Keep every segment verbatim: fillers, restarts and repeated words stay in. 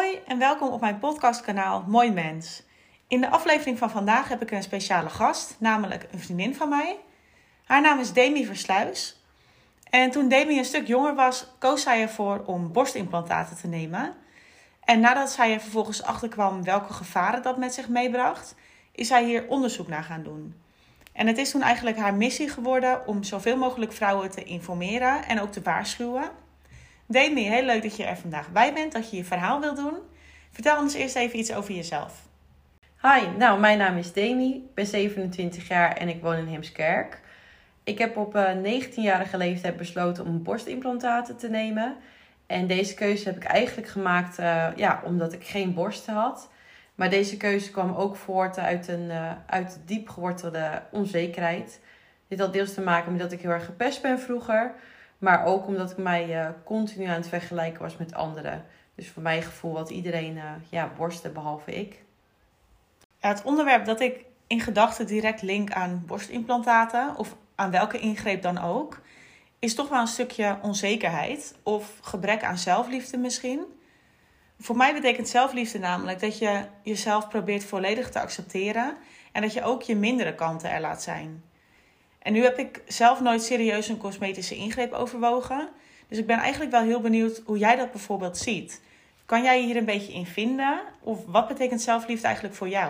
Hoi en welkom op mijn podcastkanaal Mooi Mens. In de aflevering van vandaag heb ik een speciale gast, namelijk een vriendin van mij. Haar naam is Demi Versluis. En toen Demi een stuk jonger was, koos zij ervoor om borstimplantaten te nemen. En nadat zij er vervolgens achterkwam welke gevaren dat met zich meebracht, is zij hier onderzoek naar gaan doen. En het is toen eigenlijk haar missie geworden om zoveel mogelijk vrouwen te informeren en ook te waarschuwen. Demi, heel leuk dat je er vandaag bij bent, dat je je verhaal wilt doen. Vertel ons eerst even iets over jezelf. Hi, nou mijn naam is Demi, ik ben zevenentwintig jaar en ik woon in Heemskerk. Ik heb op uh, negentienjarige leeftijd besloten om borstimplantaten te nemen. En deze keuze heb ik eigenlijk gemaakt uh, ja, omdat ik geen borsten had. Maar deze keuze kwam ook voort uit een uh, uit diep gewortelde onzekerheid. Dit had deels te maken met dat ik heel erg gepest ben vroeger. Maar ook omdat ik mij uh, continu aan het vergelijken was met anderen. Dus voor mijn gevoel had iedereen uh, ja, borsten behalve ik. Ja, het onderwerp dat ik in gedachten direct link aan borstimplantaten, of aan welke ingreep dan ook, is toch wel een stukje onzekerheid of gebrek aan zelfliefde misschien. Voor mij betekent zelfliefde namelijk dat je jezelf probeert volledig te accepteren en dat je ook je mindere kanten er laat zijn. En nu heb ik zelf nooit serieus een cosmetische ingreep overwogen. Dus ik ben eigenlijk wel heel benieuwd hoe jij dat bijvoorbeeld ziet. Kan jij je hier een beetje in vinden? Of wat betekent zelfliefde eigenlijk voor jou?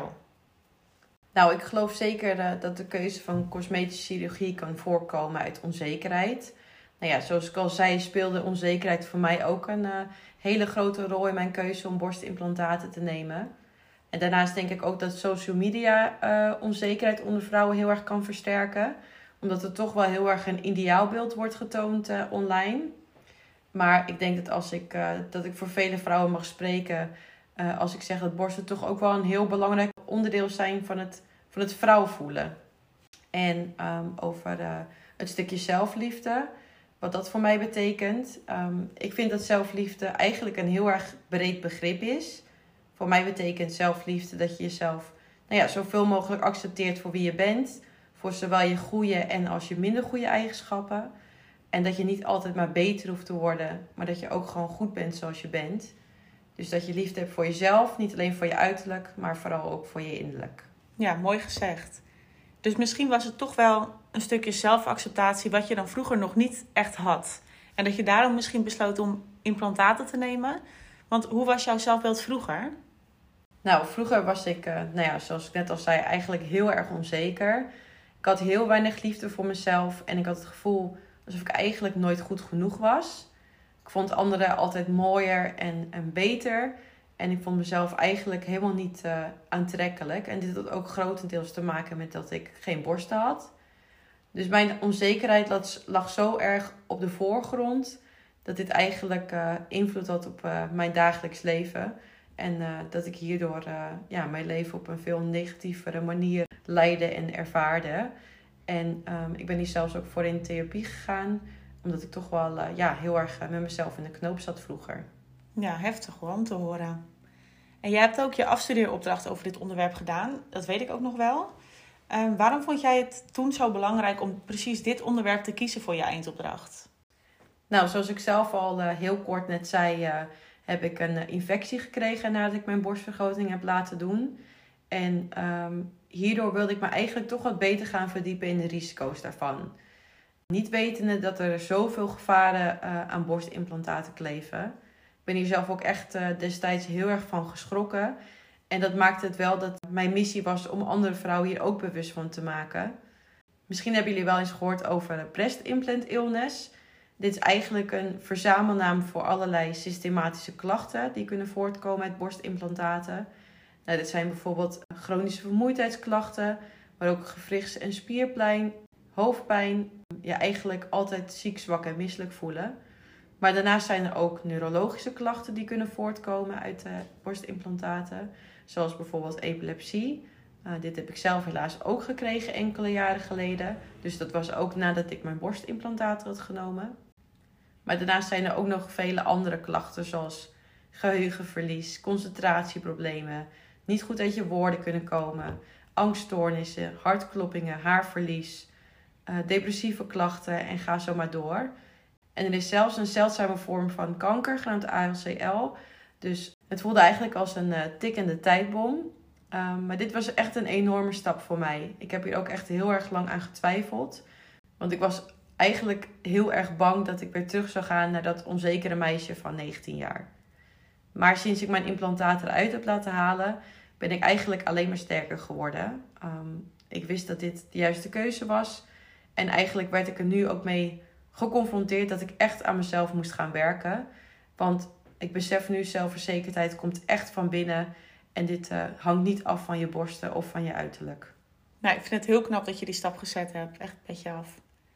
Nou, ik geloof zeker uh, dat de keuze van cosmetische chirurgie kan voorkomen uit onzekerheid. Nou ja, zoals ik al zei, speelde onzekerheid voor mij ook een uh, hele grote rol in mijn keuze om borstimplantaten te nemen. En daarnaast denk ik ook dat social media uh, onzekerheid onder vrouwen heel erg kan versterken. Omdat er toch wel heel erg een ideaalbeeld wordt getoond uh, online. Maar ik denk dat als ik, uh, dat ik voor vele vrouwen mag spreken, uh, als ik zeg dat borsten toch ook wel een heel belangrijk onderdeel zijn van het, van het vrouw voelen. En um, over uh, het stukje zelfliefde, wat dat voor mij betekent. Um, ik vind dat zelfliefde eigenlijk een heel erg breed begrip is. Voor mij betekent zelfliefde dat je jezelf nou ja, zoveel mogelijk accepteert voor wie je bent. Voor zowel je goede en als je minder goede eigenschappen. En dat je niet altijd maar beter hoeft te worden, maar dat je ook gewoon goed bent zoals je bent. Dus dat je liefde hebt voor jezelf, niet alleen voor je uiterlijk, maar vooral ook voor je innerlijk. Ja, mooi gezegd. Dus misschien was het toch wel een stukje zelfacceptatie wat je dan vroeger nog niet echt had. En dat je daarom misschien besloot om implantaten te nemen. Want hoe was jouw zelfbeeld vroeger? Nou, vroeger was ik, uh, nou ja, zoals ik net al zei, eigenlijk heel erg onzeker. Ik had heel weinig liefde voor mezelf en ik had het gevoel alsof ik eigenlijk nooit goed genoeg was. Ik vond anderen altijd mooier en, en beter. En ik vond mezelf eigenlijk helemaal niet uh, aantrekkelijk. En dit had ook grotendeels te maken met dat ik geen borsten had. Dus mijn onzekerheid lag zo erg op de voorgrond dat dit eigenlijk uh, invloed had op uh, mijn dagelijks leven. En uh, dat ik hierdoor uh, ja, mijn leven op een veel negatievere manier leidde en ervaarde. En um, ik ben hier zelfs ook voor in therapie gegaan. Omdat ik toch wel uh, ja, heel erg uh, met mezelf in de knoop zat vroeger. Ja, heftig hoor, om te horen. En jij hebt ook je afstudeeropdracht over dit onderwerp gedaan. Dat weet ik ook nog wel. Uh, waarom vond jij het toen zo belangrijk om precies dit onderwerp te kiezen voor je eindopdracht? Nou, zoals ik zelf al uh, heel kort net zei, uh, heb ik een uh, infectie gekregen nadat ik mijn borstvergroting heb laten doen. En um, hierdoor wilde ik me eigenlijk toch wat beter gaan verdiepen in de risico's daarvan. Niet wetende dat er zoveel gevaren uh, aan borstimplantaten kleven. Ik ben hier zelf ook echt uh, destijds heel erg van geschrokken. En dat maakte het wel dat mijn missie was om andere vrouwen hier ook bewust van te maken. Misschien hebben jullie wel eens gehoord over breast implant illness. Dit is eigenlijk een verzamelnaam voor allerlei systematische klachten die kunnen voortkomen uit borstimplantaten. Nou, dit zijn bijvoorbeeld chronische vermoeidheidsklachten, maar ook gewrichts- en spierpijn, hoofdpijn. Ja, eigenlijk altijd ziek, zwak en misselijk voelen. Maar daarnaast zijn er ook neurologische klachten die kunnen voortkomen uit uh, borstimplantaten. Zoals bijvoorbeeld epilepsie. Uh, dit heb ik zelf helaas ook gekregen enkele jaren geleden. Dus dat was ook nadat ik mijn borstimplantaten had genomen. Maar daarnaast zijn er ook nog vele andere klachten zoals geheugenverlies, concentratieproblemen, niet goed uit je woorden kunnen komen, angststoornissen, hartkloppingen, haarverlies, uh, depressieve klachten en ga zo maar door. En er is zelfs een zeldzame vorm van kanker, genaamd A L C L. Dus Het voelde eigenlijk als een uh, tikkende tijdbom. Um, maar dit was echt een enorme stap voor mij. Ik heb hier ook echt heel erg lang aan getwijfeld. Want ik was eigenlijk heel erg bang dat ik weer terug zou gaan naar dat onzekere meisje van negentien jaar. Maar sinds ik mijn implantaat eruit heb laten halen, ben ik eigenlijk alleen maar sterker geworden. Um, ik wist dat dit de juiste keuze was. En eigenlijk werd ik er nu ook mee geconfronteerd dat ik echt aan mezelf moest gaan werken. Want ik besef nu, zelfverzekerdheid komt echt van binnen. En dit uh, hangt niet af van je borsten of van je uiterlijk. Nou, ik vind het heel knap dat je die stap gezet hebt. Echt een petje af.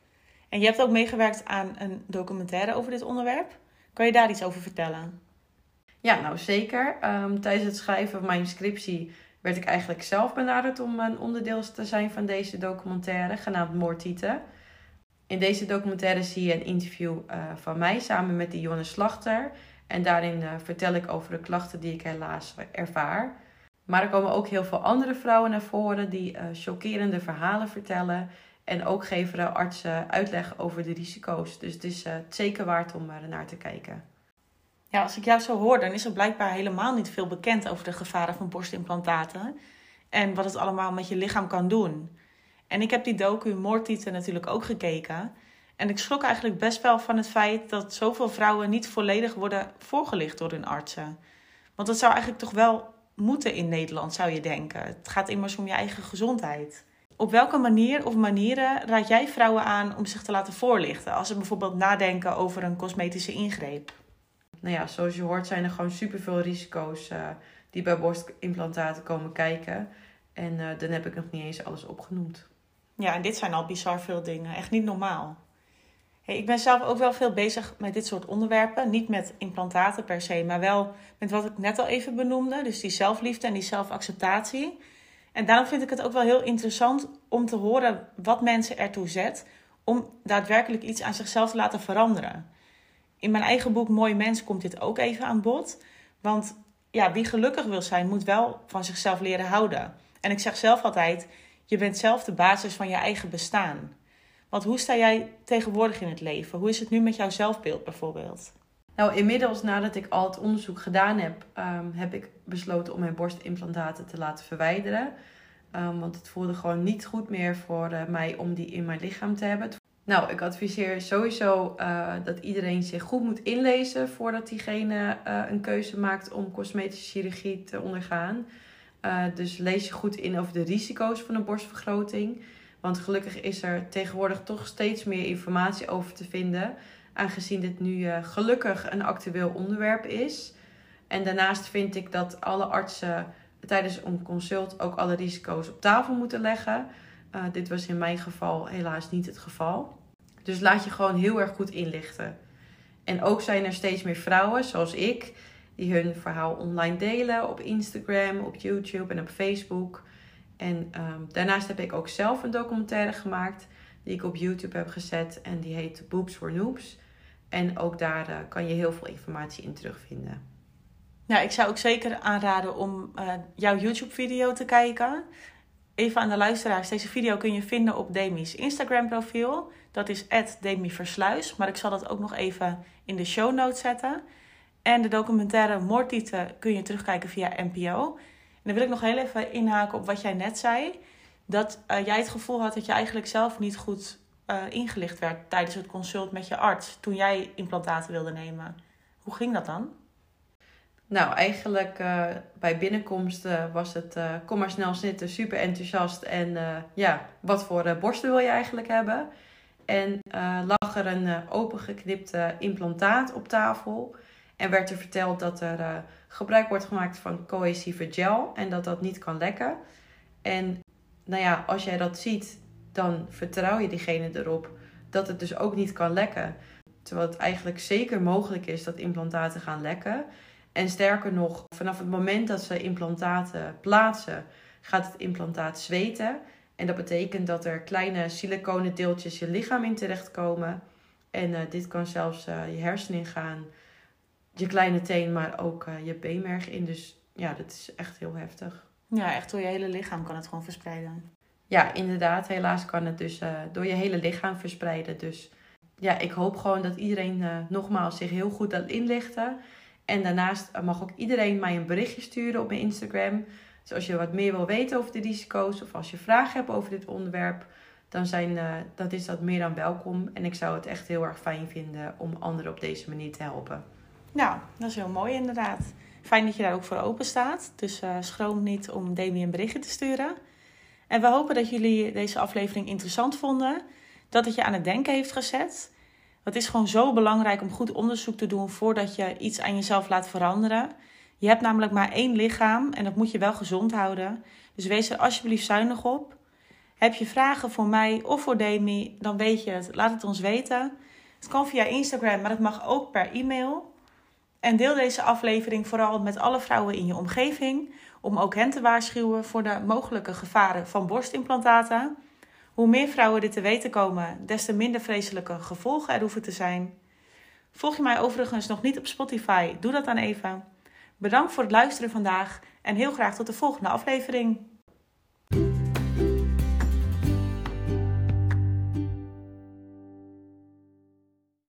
En je hebt ook meegewerkt aan een documentaire over dit onderwerp. Kan je daar iets over vertellen? Ja, nou zeker. Um, tijdens het schrijven van mijn scriptie werd ik eigenlijk zelf benaderd om een onderdeel te zijn van deze documentaire, genaamd Moordtieten. In deze documentaire zie je een interview uh, van mij samen met Dionne Slachter. En daarin uh, vertel ik over de klachten die ik helaas ervaar. Maar er komen ook heel veel andere vrouwen naar voren die uh, chockerende verhalen vertellen. En ook geven de artsen uitleg over de risico's. Dus het is uh, zeker waard om er naar te kijken. Ja, als ik jou zo hoor, dan is er blijkbaar helemaal niet veel bekend over de gevaren van borstimplantaten. En wat het allemaal met je lichaam kan doen. En ik heb die docu Moordtieten natuurlijk ook gekeken. En ik schrok eigenlijk best wel van het feit dat zoveel vrouwen niet volledig worden voorgelicht door hun artsen. Want dat zou eigenlijk toch wel moeten in Nederland, zou je denken. Het gaat immers om je eigen gezondheid. Op welke manier of manieren raad jij vrouwen aan om zich te laten voorlichten als ze bijvoorbeeld nadenken over een cosmetische ingreep? Nou ja, zoals je hoort zijn er gewoon superveel risico's uh, die bij borstimplantaten komen kijken. En uh, dan heb ik nog niet eens alles opgenoemd. Ja, en dit zijn al bizar veel dingen. Echt niet normaal. Hey, ik ben zelf ook wel veel bezig met dit soort onderwerpen. Niet met implantaten per se, maar wel met wat ik net al even benoemde. Dus die zelfliefde en die zelfacceptatie. En daarom vind ik het ook wel heel interessant om te horen wat mensen ertoe zet om daadwerkelijk iets aan zichzelf te laten veranderen. In mijn eigen boek Mooi Mens komt dit ook even aan bod. Want ja, wie gelukkig wil zijn, moet wel van zichzelf leren houden. En ik zeg zelf altijd, je bent zelf de basis van je eigen bestaan. Want hoe sta jij tegenwoordig in het leven? Hoe is het nu met jouw zelfbeeld bijvoorbeeld? Nou, inmiddels nadat ik al het onderzoek gedaan heb, um, heb ik besloten om mijn borstimplantaten te laten verwijderen. Um, want het voelde gewoon niet goed meer voor uh, mij om die in mijn lichaam te hebben. Nou, ik adviseer sowieso uh, dat iedereen zich goed moet inlezen voordat diegene uh, een keuze maakt om cosmetische chirurgie te ondergaan. Uh, dus lees je goed in over de risico's van een borstvergroting. Want gelukkig is er tegenwoordig toch steeds meer informatie over te vinden, aangezien dit nu uh, gelukkig een actueel onderwerp is. En daarnaast vind ik dat alle artsen tijdens een consult ook alle risico's op tafel moeten leggen. Uh, dit was in mijn geval helaas niet het geval. Dus laat je gewoon heel erg goed inlichten. En ook zijn er steeds meer vrouwen, zoals ik, die hun verhaal online delen op Instagram, op YouTube en op Facebook. En um, daarnaast heb ik ook zelf een documentaire gemaakt die ik op YouTube heb gezet. En die heet Boobs for Noobs. En ook daar uh, kan je heel veel informatie in terugvinden. Ja, ik zou ook zeker aanraden om uh, jouw YouTube-video te kijken. Even aan de luisteraars, deze video kun je vinden op Demi's Instagram profiel. Dat is at Demi Versluis, maar ik zal dat ook nog even in de show notes zetten. En de documentaire Moordtieten kun je terugkijken via N P O. En dan wil ik nog heel even inhaken op wat jij net zei. Dat uh, jij het gevoel had dat je eigenlijk zelf niet goed uh, ingelicht werd tijdens het consult met je arts. Toen jij implantaten wilde nemen. Hoe ging dat dan? Nou, eigenlijk uh, bij binnenkomst uh, was het uh, kom maar snel zitten, super enthousiast. En uh, ja, wat voor uh, borsten wil je eigenlijk hebben? En uh, lag er een uh, opengeknipte implantaat op tafel. En werd er verteld dat er uh, gebruik wordt gemaakt van cohesieve gel en dat dat niet kan lekken. En nou ja, als jij dat ziet, dan vertrouw je diegene erop dat het dus ook niet kan lekken. Terwijl het eigenlijk zeker mogelijk is dat implantaten gaan lekken. En sterker nog, vanaf het moment dat ze implantaten plaatsen, gaat het implantaat zweten. En dat betekent dat er kleine siliconen deeltjes je lichaam in terechtkomen. En uh, dit kan zelfs uh, je hersenen ingaan, je kleine teen, maar ook uh, je beenmerg in. Dus ja, dat is echt heel heftig. Ja, echt door je hele lichaam kan het gewoon verspreiden. Ja, inderdaad. Helaas kan het dus uh, door je hele lichaam verspreiden. Dus ja, ik hoop gewoon dat iedereen uh, nogmaals zich heel goed laat inlichten. En daarnaast mag ook iedereen mij een berichtje sturen op mijn Instagram. Dus als je wat meer wil weten over de risico's of als je vragen hebt over dit onderwerp, dan zijn, uh, dat is dat meer dan welkom. En ik zou het echt heel erg fijn vinden om anderen op deze manier te helpen. Nou, dat is heel mooi inderdaad. Fijn dat je daar ook voor open staat. Dus uh, schroom niet om Demi een berichtje te sturen. En we hopen dat jullie deze aflevering interessant vonden. Dat het je aan het denken heeft gezet. Het is gewoon zo belangrijk om goed onderzoek te doen voordat je iets aan jezelf laat veranderen. Je hebt namelijk maar één lichaam en dat moet je wel gezond houden. Dus wees er alsjeblieft zuinig op. Heb je vragen voor mij of voor Demi, dan weet je het. Laat het ons weten. Het kan via Instagram, maar het mag ook per e-mail. En deel deze aflevering vooral met alle vrouwen in je omgeving, om ook hen te waarschuwen voor de mogelijke gevaren van borstimplantaten. Hoe meer vrouwen dit te weten komen, des te minder vreselijke gevolgen er hoeven te zijn. Volg je mij overigens nog niet op Spotify? Doe dat dan even. Bedankt voor het luisteren vandaag en heel graag tot de volgende aflevering.